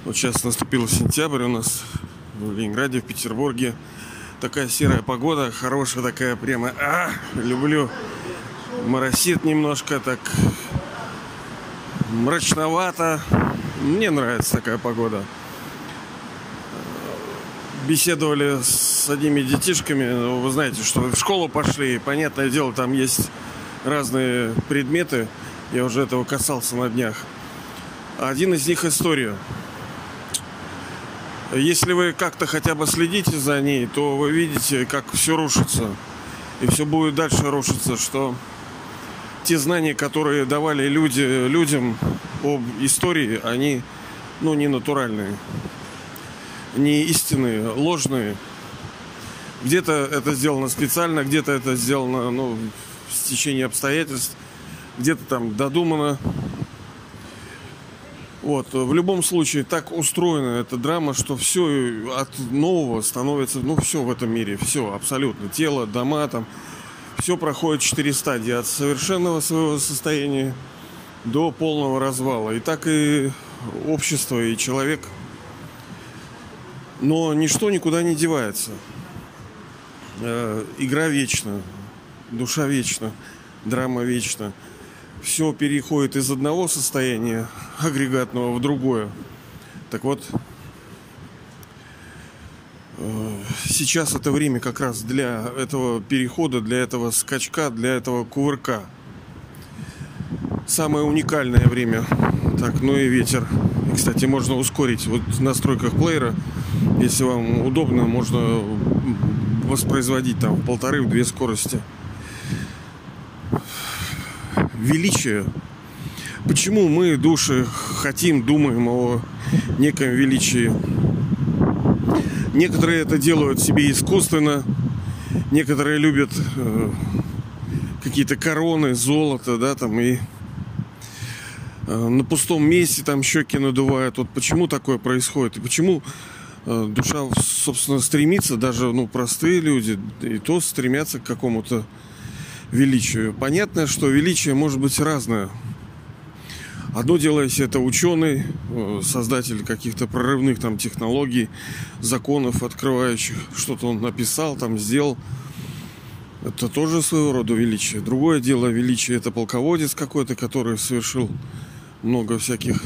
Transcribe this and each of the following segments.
Вот сейчас наступил сентябрь у нас в Ленинграде, в Петербурге. Такая серая погода, хорошая такая, прямо люблю. Моросит немножко, так мрачновато. Мне нравится такая погода. Беседовали с одними детишками. Вы знаете, что в школу пошли. Понятное дело, там есть разные предметы. Я уже этого касался на днях. Один из них — история. Если вы как-то хотя бы следите за ней, то вы видите, как все рушится. И все будет дальше рушиться, что те знания, которые давали людям об истории, они, не натуральные, не истинные, ложные. Где-то это сделано специально, где-то это сделано, в стечении обстоятельств, где-то там додумано. Вот, в любом случае, так устроена эта драма, что все от нового становится, все в этом мире, все абсолютно. Тело, дома, там, все проходит 4 стадии. От совершенного своего состояния до полного развала. И так и общество, и человек. Но ничто никуда не девается. Игра вечна, душа вечна, драма вечна. Все переходит из одного состояния агрегатного в другое. Так вот, сейчас это время как раз для этого перехода, для этого скачка, для этого кувырка. Самое уникальное время. Так, и ветер. И, кстати, можно ускорить. Вот в настройках плеера, если вам удобно, можно воспроизводить там в 1,5-2 скорости. Величие. Почему мы, души, думаем о неком величии? Некоторые это делают себе искусственно, некоторые любят какие-то короны, золото, и на пустом месте там щеки надувают. Вот почему такое происходит? И почему душа, собственно, стремится, даже простые люди, и то стремятся к какому-то величию. Понятно, что величие может быть разное. Одно дело, если это ученый, создатель каких-то прорывных технологий, законов открывающих, что-то он написал, сделал. Это тоже своего рода величие. Другое дело, величие — это полководец какой-то, который совершил много всяких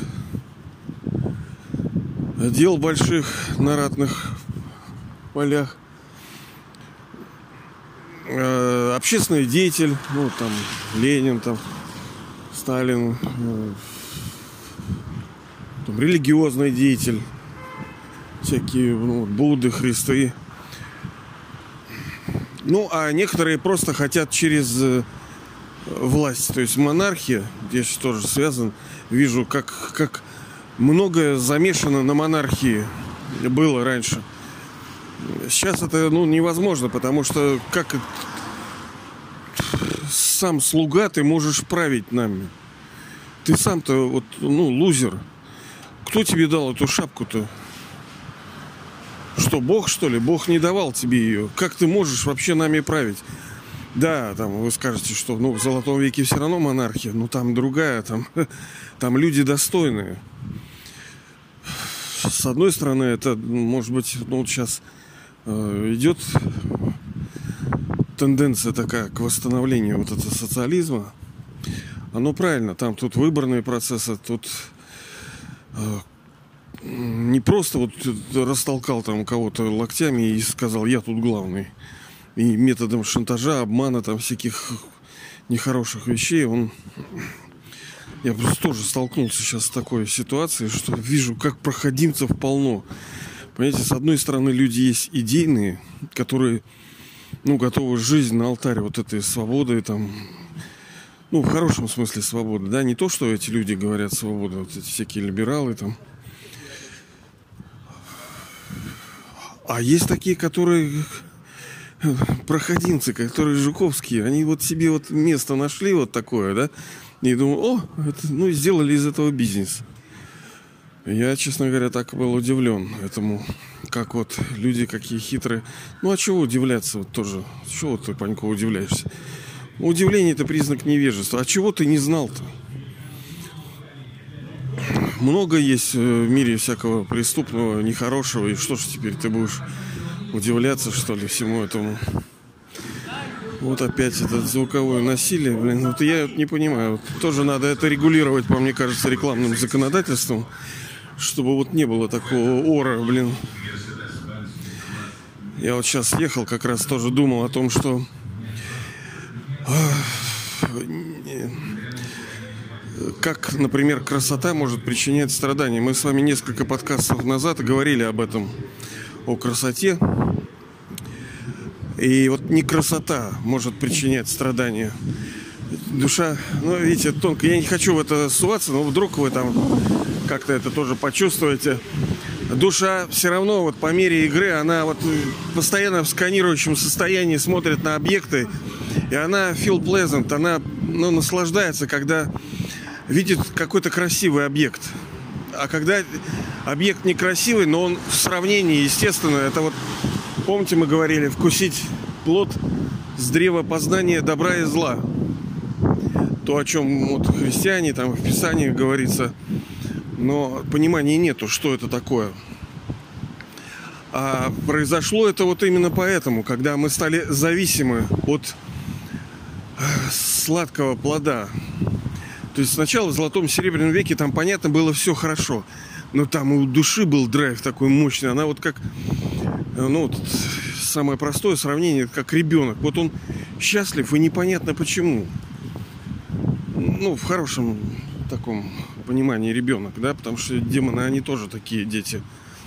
дел больших на ратных полях. Общественный деятель, Ленин, Сталин, религиозный деятель, всякие Будды, Христы. А некоторые просто хотят через власть, то есть монархия. Я сейчас тоже связан, вижу, как многое замешано на монархии было раньше. Сейчас это невозможно, потому что как сам слуга ты можешь править нами. Ты сам-то лузер. Кто тебе дал эту шапку-то? Что, Бог, что ли? Бог не давал тебе ее. Как ты можешь вообще нами править? Да, вы скажете, что в Золотом веке все равно монархия, там другая, там люди достойные. С одной стороны, это, может быть, сейчас идет тенденция такая к восстановлению этого социализма. Оно правильно, тут выборные процессы, тут не просто растолкал кого-то локтями и сказал: я тут главный. И методом шантажа, обмана, всяких нехороших вещей. Я просто тоже столкнулся сейчас с такой ситуацией, что вижу, как проходимцев полно. Понимаете, с одной стороны, люди есть идейные, которые, готовы жизнь на алтарь этой свободы, в хорошем смысле свободы, да, не то, что эти люди говорят свобода, эти всякие либералы А есть такие, которые проходимцы, которые жуковские, они себе место нашли такое, да, и думаю, сделали из этого бизнес. Я, честно говоря, так был удивлен этому, как люди какие хитрые. А чего удивляться тоже? Чего ты, Панько, удивляешься? Удивление — это признак невежества. А чего ты не знал-то? много есть в мире всякого преступного, нехорошего. И что ж теперь ты будешь удивляться, что ли, всему этому? Вот опять это звуковое насилие, блин. Вот я не понимаю. Вот тоже надо это регулировать, по мне кажется, рекламным законодательством, чтобы вот не было такого ора, блин. Я вот сейчас ехал, как раз тоже думал о том, что как, например, красота может причинять страдания. Мы с вами несколько подкастов назад говорили об этом, о красоте. И вот не красота может причинять страдания. Душа, ну, видите, это тонко. Я не хочу в это суваться, но вдруг вы там как-то это тоже почувствуете. Душа все равно вот по мере игры, она вот постоянно в сканирующем состоянии смотрит на объекты. И она feel pleasant, она наслаждается, когда видит какой-то красивый объект. А когда объект некрасивый, но он в сравнении, естественно, это вот, помните, мы говорили, вкусить плод с древа познания добра и зла. То, о чем вот христиане, там в Писании говорится, но понимания нету, что это такое. А произошло это вот именно поэтому, когда мы стали зависимы от сладкого плода. То есть сначала в золотом серебряном веке там, понятно, было все хорошо. Но там у души был драйв такой мощный. Она вот как, ну, вот самое простое сравнение, как ребенок. Вот он счастлив и непонятно почему. Ну, в хорошем таком понимании ребенок, да, потому что демоны, они тоже такие дети.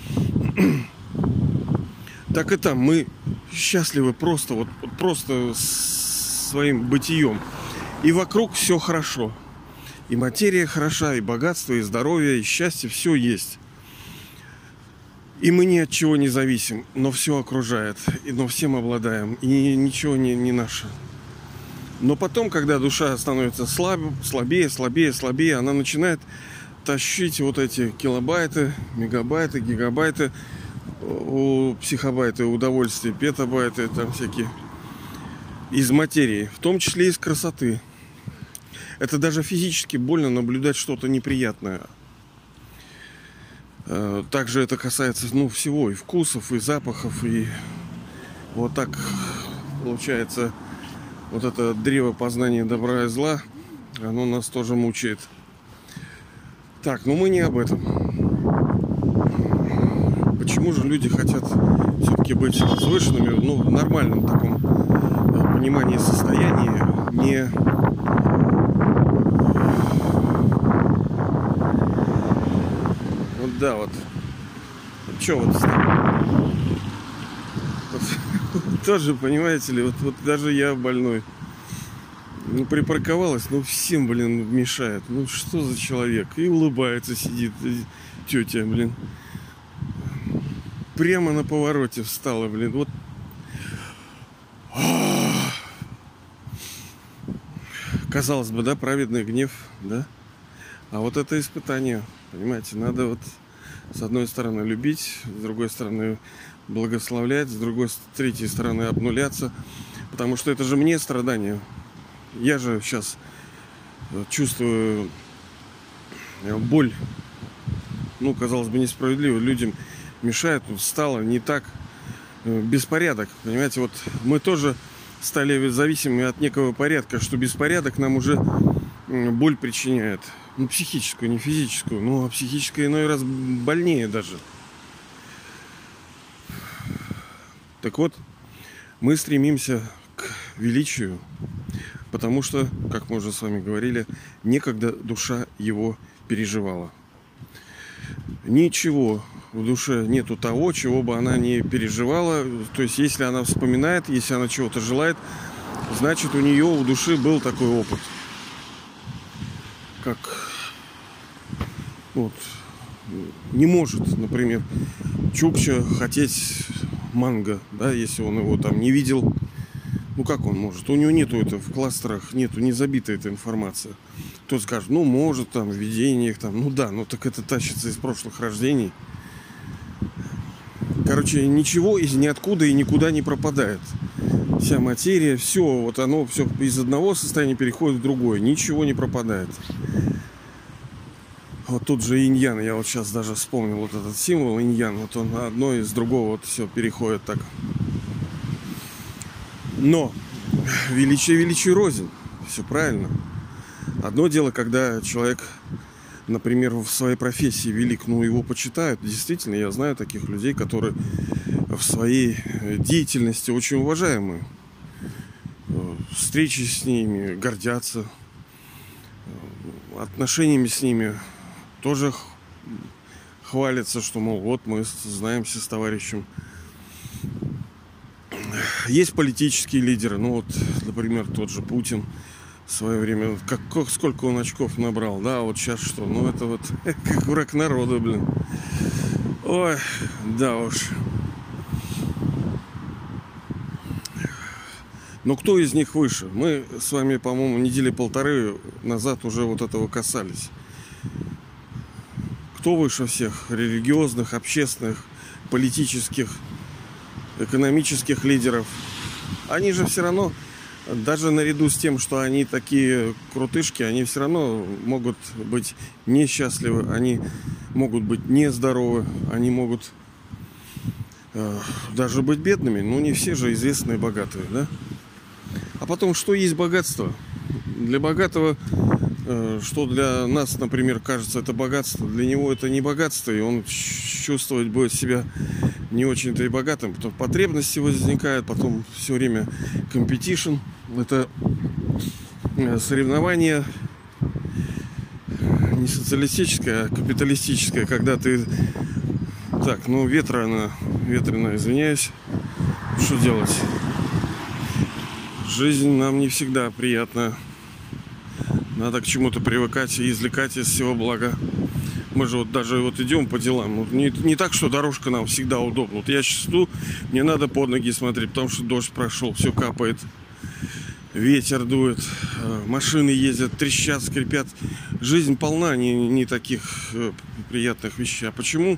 Так и там мы счастливы просто, вот просто своим бытием. И вокруг все хорошо. И материя хороша, и богатство, и здоровье, и счастье, все есть. И мы ни от чего не зависим, но все окружает, но всем обладаем, и ничего не наше. Но потом, когда душа становится слабее, она начинает тащить вот эти килобайты, мегабайты, гигабайты, психобайты, удовольствия, петабайты, там всякие, из материи, в том числе из красоты. Это даже физически больно наблюдать что-то неприятное. Также это касается, ну, всего, и вкусов, и запахов, и вот так получается вот это древо познания добра и зла, оно нас тоже мучает. Так, ну мы не об этом. Почему же люди хотят все-таки быть возвышенными, ну, в нормальном таком понимании состояния, не... Вот да, вот. Че вот, тоже, понимаете ли, вот даже я больной. Ну, припарковалась, ну, всем, блин, мешает. Ну, что за человек? И улыбается, сидит тетя, блин. Прямо на повороте встала, блин. Вот. Казалось бы, да, праведный гнев, да? А вот это испытание, понимаете, надо вот с одной стороны любить, с другой стороны благословлять, с третьей стороны обнуляться, потому что это же мне страдания. Я же сейчас чувствую боль, ну, казалось бы, несправедливо, людям мешает, стало не так, беспорядок, понимаете, вот мы тоже стали зависимыми от некого порядка, что беспорядок нам уже боль причиняет. Ну, психическую, не физическую. Ну, а психическая иной раз больнее даже. Так вот, мы стремимся к величию, потому что, как мы уже с вами говорили, некогда душа его переживала. Ничего в душе нету того, чего бы она не переживала. То есть, если она вспоминает, если она чего-то желает, значит, у нее, у души был такой опыт. Как вот не может, например, Чукча хотеть манго, да, если он его там не видел. Ну как он может? У него нету это в кластерах, нету, не забита эта информация. Кто скажет, ну может там в видениях там, ну да, ну так это тащится из прошлых рождений. Короче, ничего из ниоткуда и никуда не пропадает. Вся материя, все, вот оно все из одного состояния переходит в другое. Ничего не пропадает. Вот тут же инь-ян, я вот сейчас даже вспомнил вот этот символ инь-ян, вот он одно из другого вот все переходит так. Но величие величию рознь, все правильно. Одно дело, когда человек, например, в своей профессии велик, ну его почитают. Действительно, я знаю таких людей, которые в своей деятельности очень уважаемые. Встречи с ними гордятся, отношениями с ними тоже хвалятся, что, мол, вот мы знаемся с товарищем. Есть политические лидеры, ну вот, например, тот же Путин в свое время, сколько он очков набрал, да, вот сейчас что, ну это вот как враг народа, блин. Ой, да уж. Но кто из них выше? Мы с вами, по-моему, недели полторы назад уже вот этого касались. Кто выше всех религиозных, общественных, политических, экономических лидеров? Они же все равно, даже наряду с тем, что они такие крутышки, они все равно могут быть несчастливы, они могут быть нездоровы, они могут даже быть бедными. Ну, не все же известные богатые, да? А потом, что есть богатство? Для богатого, что для нас, например, кажется это богатство, для него это не богатство, и он чувствовать будет себя не очень-то и богатым. Потом потребности возникают, потом все время competition. Это соревнование не социалистическое, а капиталистическое, когда ты... Так, ну ветрено, извиняюсь. Что делать? Жизнь нам не всегда приятна. Надо к чему-то привыкать и извлекать из всего блага. Мы же вот даже вот идем по делам. Вот не так, что дорожка нам всегда удобна. Вот я сейчас иду, мне надо под ноги смотреть, потому что дождь прошел, все капает. Ветер дует, машины ездят, трещат, скрипят. Жизнь полна не таких приятных вещей. А почему?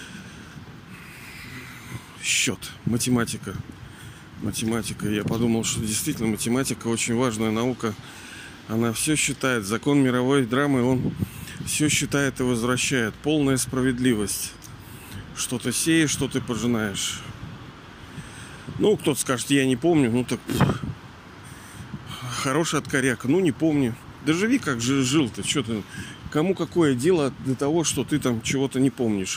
Счет, математика. Математика. Я подумал, что действительно математика очень важная наука. Она все считает. Закон мировой драмы, он все считает и возвращает. Полная справедливость. Что ты сеешь, что ты пожинаешь. Ну, кто-то скажет, я не помню. Ну, так хороший от коряка. Ну, не помню. Да живи, как же жил ты. Что ты? Кому какое дело до того, что ты там чего-то не помнишь?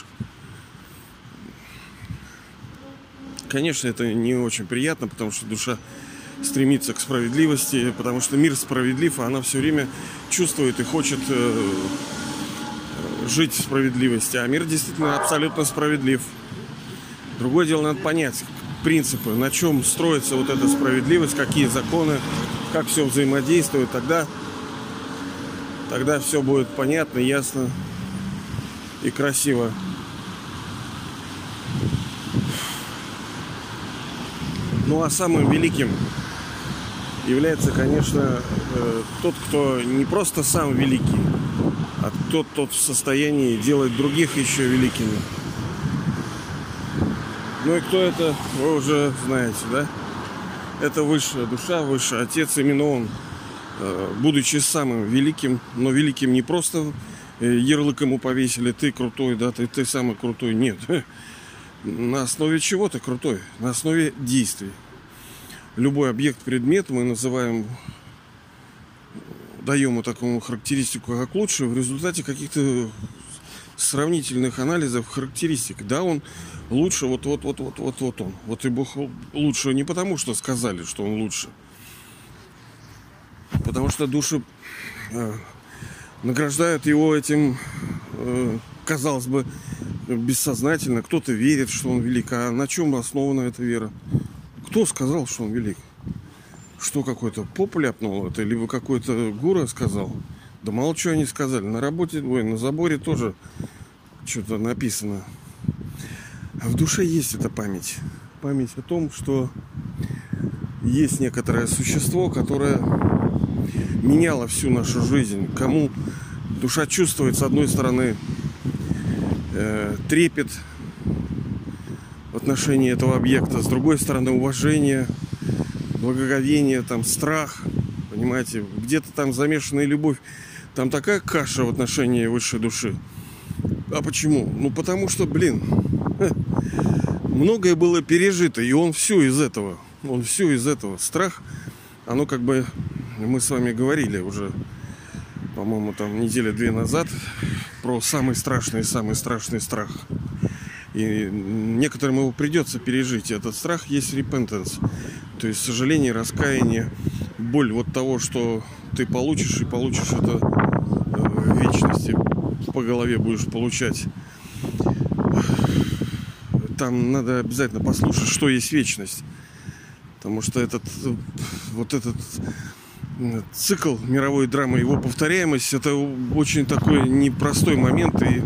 Конечно, это не очень приятно, потому что душа стремится к справедливости, потому что мир справедлив, а она все время чувствует и хочет жить в справедливости. А мир действительно абсолютно справедлив. Другое дело, надо понять принципы, на чем строится вот эта справедливость, какие законы, как все взаимодействует. Тогда все будет понятно, ясно и красиво. Ну а самым великим является, конечно, тот, кто не просто сам великий, а тот в состоянии делать других еще великими. Ну и кто это, вы уже знаете, да? Это высшая душа, высший отец. Именно он, будучи самым великим, но великим не просто ярлык ему повесили, ты крутой, да, ты самый крутой. Нет. На основе чего ты крутой? На основе действий. Любой объект, предмет мы называем, даем ему такую характеристику как лучше в результате каких-то сравнительных анализов характеристик. Да, он лучше, вот он. Вот и Бог лучше не потому, что сказали, что он лучше. Потому что души награждают его этим, казалось бы, бессознательно. Кто-то верит, что он велик. А на чем основана эта вера? Кто сказал, что он велик? Что, какой-то поп ляпнул это? Либо какой-то гуру сказал? Да мало чего они сказали. На работе, на заборе тоже что-то написано. А в душе есть эта память. Память о том, что есть некоторое существо, которое меняло всю нашу жизнь. Кому душа чувствует, с одной стороны, трепет в отношении этого объекта, с другой стороны, уважение, благоговение, там, страх, понимаете, где-то там замешана и любовь. Там такая каша в отношении высшей души. А почему? Ну, потому что, блин, многое было пережито, и он все из этого. Он все из этого. Страх, оно как бы, мы с вами говорили уже, по-моему, там недели 2 назад, про самый страшный страх. И некоторым его придется пережить. И этот страх есть repentance. То есть сожаление, раскаяние, боль вот того, что ты получишь, и получишь это в вечности. По голове будешь получать. Там надо обязательно послушать, что есть вечность. Потому что этот цикл мировой драмы, его повторяемость, это очень такой непростой момент. И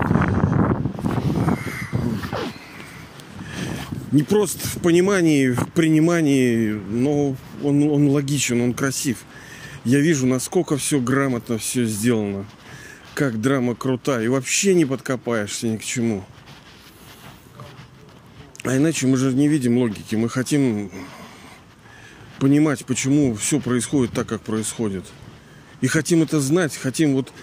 не просто в понимании, в принимании, но он логичен, он красив. Я вижу, насколько все грамотно, все сделано. Как драма крута. И вообще не подкопаешься ни к чему. А иначе мы же не видим логики. Мы хотим понимать, почему все происходит так, как происходит. И хотим это знать. Хотим вот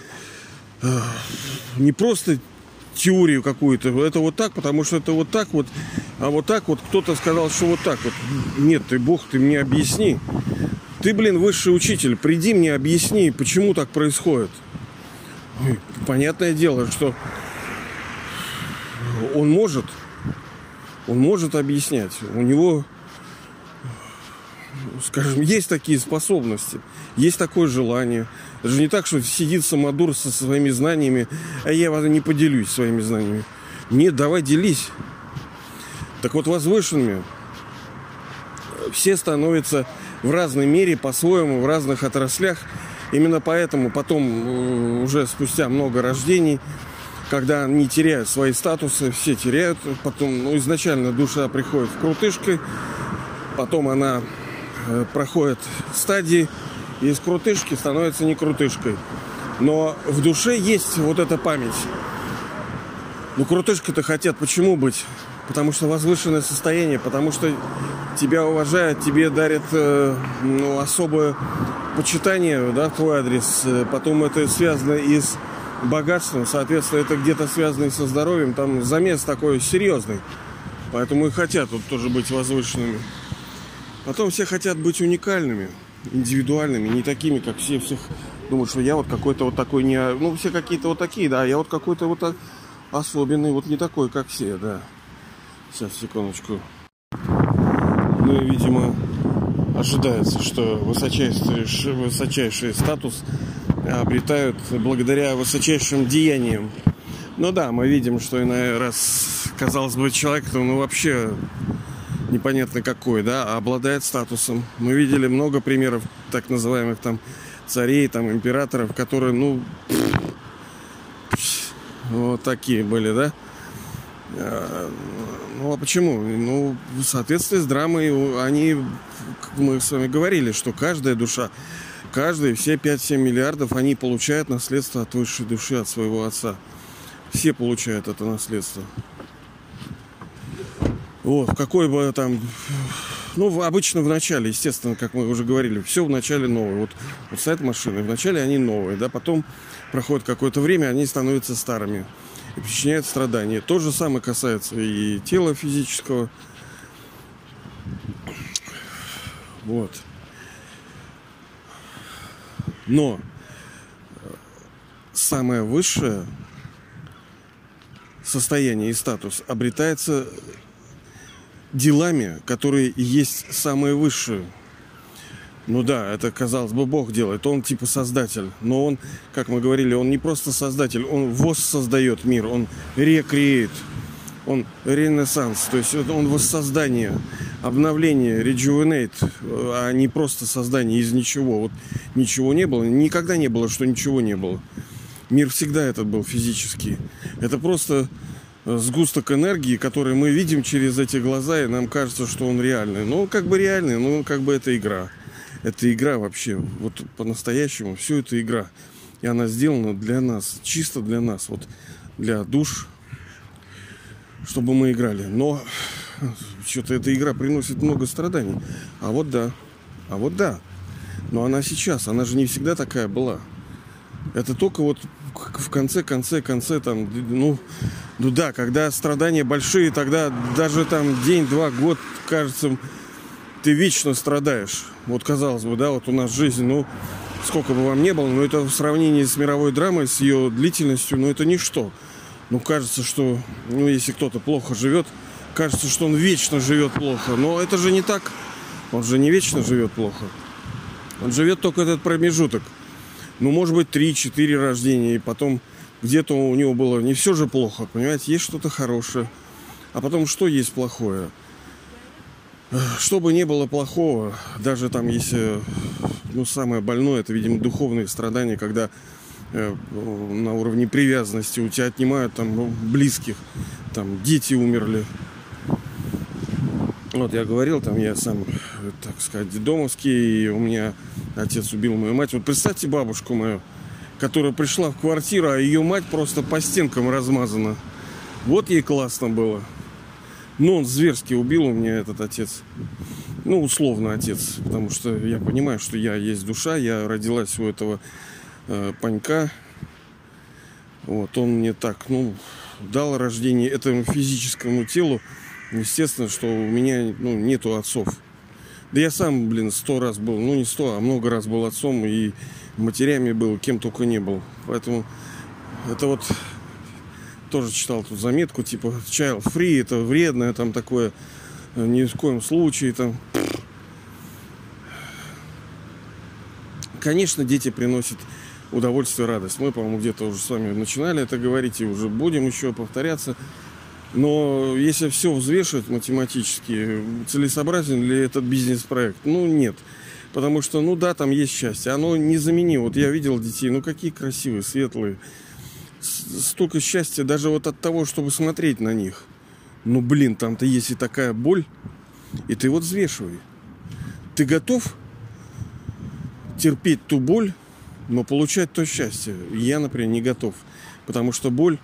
не просто теорию какую-то. Это вот так, потому что это вот так вот. А вот так вот кто-то сказал, что вот так вот. Нет, ты Бог, ты мне объясни. Ты, блин, высший учитель. Приди мне, объясни, почему так происходит. Понятное дело, что он может объяснять. У него, скажем, есть такие способности, есть такое желание. Это же не так, что сидит самодур со своими знаниями, а я не поделюсь своими знаниями. Нет, давай делись. Так вот, возвышенными все становятся в разной мере, по-своему, в разных отраслях. Именно поэтому потом, уже спустя много рождений, когда они теряют свои статусы, все теряют. Потом, изначально душа приходит в крутышкой, потом она проходит стадии, и из крутышки становится не крутышкой. Но в душе есть вот эта память. Ну, крутышкой-то хотят почему быть? Потому что возвышенное состояние, потому что тебя уважают, тебе дарят особое почитание, да, твой адрес. Потом это связано и с богатством, соответственно, это где-то связано и со здоровьем. Там замес такой серьезный. Поэтому и хотят тут тоже быть возвышенными. Потом все хотят быть уникальными, индивидуальными, не такими, как все. Всех думают, что я вот какой-то вот такой не... Ну, все какие-то вот такие, да, я вот какой-то вот особенный, вот не такой, как все, да. Сейчас, секундочку. Ну и, видимо, ожидается, что высочайший статус обретают благодаря высочайшим деяниям. Ну да, мы видим, что иной раз, казалось бы, человек, вообще непонятно какой, да, обладает статусом. Мы видели много примеров так называемых там царей, там императоров, которые, вот такие были, да. Ну а почему? В соответствии с драмой мы с вами говорили, что каждая душа, все 5-7 миллиардов, они получают наследство от высшей души, от своего отца. Все получают это наследство. Вот, какой бы там... обычно в начале, естественно, как мы уже говорили, все в начале новое. Вот стоят машины, в начале они новые, да, потом проходит какое-то время, они становятся старыми и причиняют страдания. То же самое касается и тела физического. Вот. Но самое высшее состояние и статус обретается делами, которые есть самые высшие. Ну да, это, казалось бы, Бог делает. Он типа создатель. Но он, как мы говорили, он не просто создатель. Он воссоздает мир. Он рекреет. Он ренессанс. То есть он воссоздание, обновление, rejuvenate, а не просто создание из ничего. Вот ничего не было. Никогда не было, что ничего не было. Мир всегда этот был физический. Это просто сгусток энергии, который мы видим через эти глаза, и нам кажется, что он реальный. Ну, как бы реальный, но как бы это игра. Это игра вообще, вот по-настоящему, все это игра. И она сделана для нас, чисто для нас, вот для душ, чтобы мы играли. Но что-то эта игра приносит много страданий. А вот да. Но она сейчас, она же не всегда такая была. Это только вот в конце там, ну да, когда страдания большие, тогда даже там день, 2, год, кажется, ты вечно страдаешь. Вот казалось бы, да, вот у нас жизнь, ну, сколько бы вам не было, но это в сравнении с мировой драмой, с ее длительностью, ну, это ничто. Ну, кажется, что, ну, если кто-то плохо живет, кажется, что он вечно живет плохо. Но это же не так. Он же не вечно живет плохо. Он живет только этот промежуток. Ну, может быть, 3-4 рождения, и потом где-то у него было не все же плохо, понимаете, есть что-то хорошее. А потом, что есть плохое? Что бы ни было плохого, даже там, если, ну, самое больное, это, видимо, духовные страдания, когда на уровне привязанности у тебя отнимают там, ну, близких, там дети умерли. Вот я говорил, там я сам, так сказать, детдомовский, и у меня отец убил мою мать. Вот представьте бабушку мою, которая пришла в квартиру, а ее мать просто по стенкам размазана. Вот ей классно было. Но он зверски убил у меня этот отец. Ну, условно отец, потому что я понимаю, что я есть душа, я родилась у этого панька. Вот, он мне так, ну, дал рождение этому физическому телу. Естественно, что у меня, ну, нету отцов. Да я сам, 100 раз был, ну не 100, а много раз был отцом и матерями был, кем только не был. Поэтому это вот тоже читал тут заметку, типа child free, это вредное, там такое, ни в коем случае там. Конечно, дети приносят удовольствие, радость. Мы, по-моему, где-то уже с вами начинали это говорить и уже будем еще повторяться. Но если все взвешивать математически, целесообразен ли этот бизнес-проект? Ну, нет. Потому что, ну да, там есть счастье. Оно незаменимо. Вот я видел детей, ну какие красивые, светлые. Столько счастья даже вот от того, чтобы смотреть на них. Ну, блин, там-то есть и такая боль. И ты вот взвешивай. Ты готов терпеть ту боль, но получать то счастье? Я, например, не готов. Потому что боль,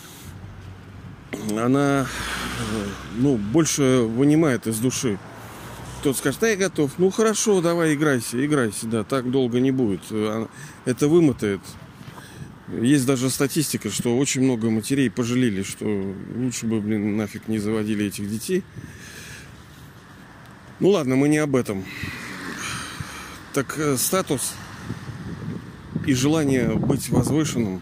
она, ну, больше вынимает из души. Кто-то скажет, да, я готов. Ну, хорошо, давай, играйся, да, так долго не будет. Это вымотает. Есть даже статистика, что очень много матерей пожалели, что лучше бы, нафиг не заводили этих детей. Ну, ладно, мы не об этом. Так статус и желание быть возвышенным,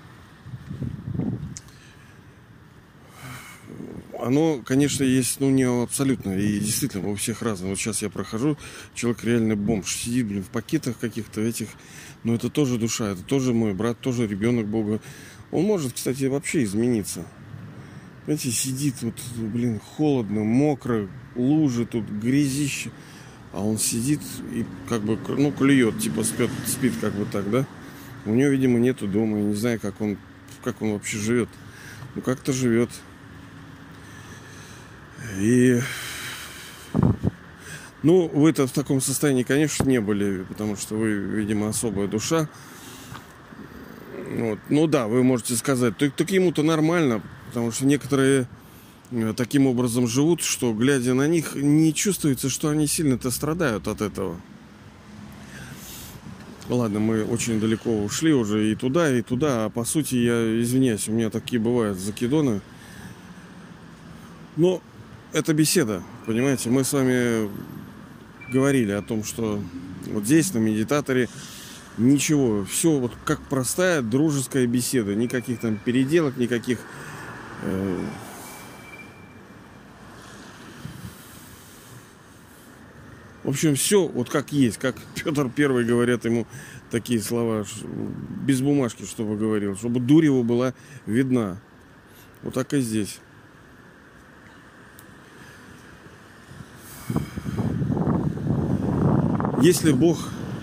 оно, конечно, есть, ну, не абсолютно. И действительно, у всех разное. Вот сейчас я прохожу, человек реально бомж. Сидит, в пакетах каких-то этих. Но это тоже душа, это тоже мой брат, тоже ребенок Бога. Он может, кстати, вообще измениться. Знаете, сидит вот, холодно, мокро, лужи тут, грязище. А он сидит и как бы, ну, клюет, типа спит как бы так, да? У него, видимо, нету дома. Я не знаю, как он вообще живет. Ну, как-то живет. И, ну, вы-то в таком состоянии, конечно, не были, потому что вы, видимо, особая душа. Вот. Ну да, вы можете сказать, так ему-то нормально, потому что некоторые таким образом живут, что, глядя на них, не чувствуется, что они сильно-то страдают от этого. Ладно, мы очень далеко ушли уже и туда, а по сути, я извиняюсь, у меня такие бывают закидоны. Но это беседа, понимаете, мы с вами говорили о том, что вот здесь, на медитаторе, ничего, все вот как простая дружеская беседа, никаких там переделок, никаких в общем, все вот как есть, как Петр I говорят ему такие слова, без бумажки, чтобы говорил, чтобы дурь его была видна. Вот так и здесь. Если Бог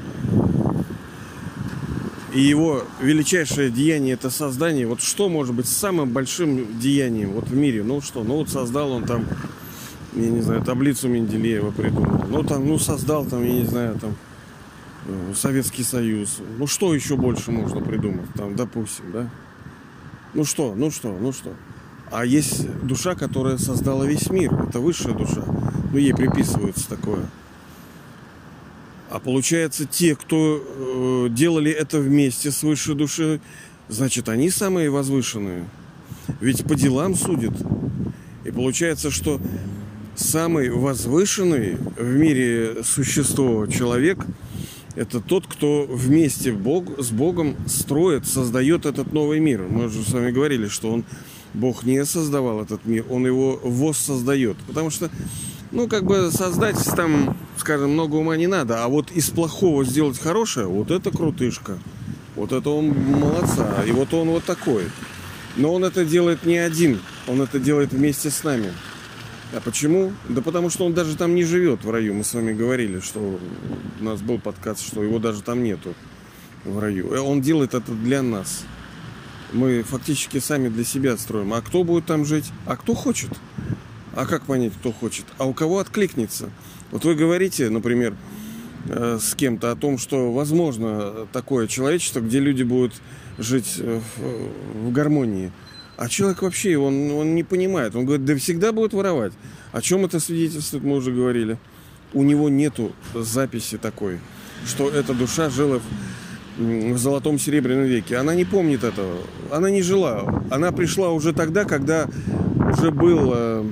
и его величайшее деяние — это создание, вот что может быть самым большим деянием вот в мире? Ну что, ну вот создал он там, я не знаю, таблицу Менделеева придумал. Ну там, ну создал там, я не знаю, там Советский Союз. Ну что еще больше можно придумать? Там, допустим, да? Ну что? А есть душа, которая создала весь мир. Это высшая душа. Ну ей приписывается такое. А получается, те, кто делали это вместе с высшей душой, значит, они самые возвышенные. Ведь по делам судят. И получается, что самый возвышенный в мире существо, человек, это тот, кто вместе с Богом строит, создает этот новый мир. Мы же с вами говорили, что Бог не создавал этот мир, Он его воссоздает. Потому что, создать там, скажем, много ума не надо, а вот из плохого сделать хорошее, вот это крутышка. Вот это он молодца, и вот он вот такой. Но он это делает не один, он это делает вместе с нами. А почему? Да потому что он даже там не живет в раю. Мы с вами говорили, что у нас был подкаст, что его даже там нету в раю. Он делает это для нас. Мы фактически сами для себя строим. А кто будет там жить? А кто хочет? А как понять, кто хочет? А у кого откликнется? Вот вы говорите, например, с кем-то о том, что возможно такое человечество, где люди будут жить в гармонии. А человек вообще, он не понимает. Он говорит, да всегда будет воровать. О чем это свидетельствует, мы уже говорили. У него нету записи такой, что эта душа жила в золотом серебряном веке. Она не помнит этого. Она не жила. Она пришла уже тогда, когда уже был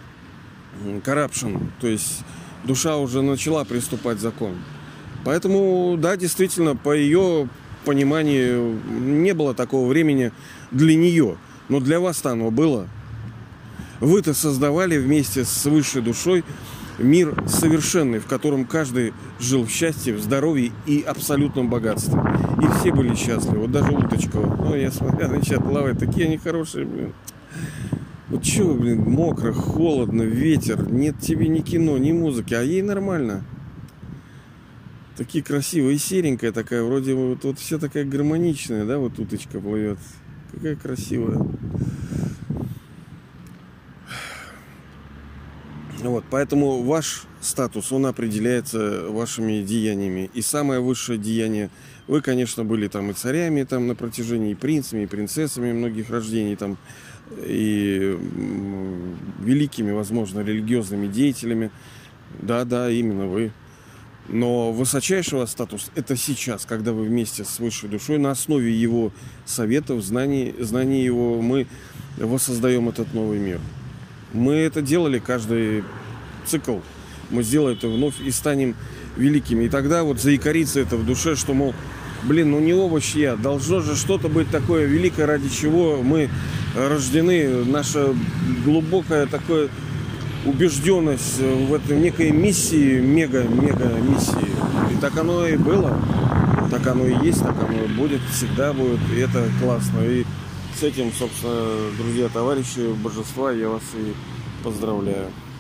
corruption. То есть душа уже начала приступать закон. Поэтому, да, действительно, по ее пониманию не было такого времени для нее. Но для вас-то оно было. Вы-то создавали вместе с высшей душой мир совершенный, в котором каждый жил в счастье, в здоровье и абсолютном богатстве. И все были счастливы. Вот даже уточка. Я смотрю, на чат плавает. Такие они хорошие, блин. Вот чего, блин, мокро, холодно, ветер. Нет тебе ни кино, ни музыки. А ей нормально. Такие красивые. И серенькая такая. Вроде вот вся такая гармоничная, да, вот уточка плывет. Какая красивая. Вот, поэтому ваш статус, он определяется вашими деяниями. И самое высшее деяние, вы, конечно, были там и царями там на протяжении, и принцами, и принцессами многих рождений, там, и великими, возможно, религиозными деятелями. Да, именно вы. Но высочайший ваш статус – это сейчас, когда вы вместе с высшей душой, на основе его советов, знаний его, мы воссоздаем этот новый мир. Мы это делали каждый цикл. Мы сделаем это вновь и станем великими. И тогда вот заикарится это в душе, что, мол, не овощ я. Должно же что-то быть такое великое, ради чего мы рождены. Наша глубокая такая убежденность в этой некой миссии, мега-миссии. И так оно и было. Так оно и есть, так оно и будет, всегда будет. И это классно. И с этим, собственно, друзья, товарищи, божества, я вас и поздравляю.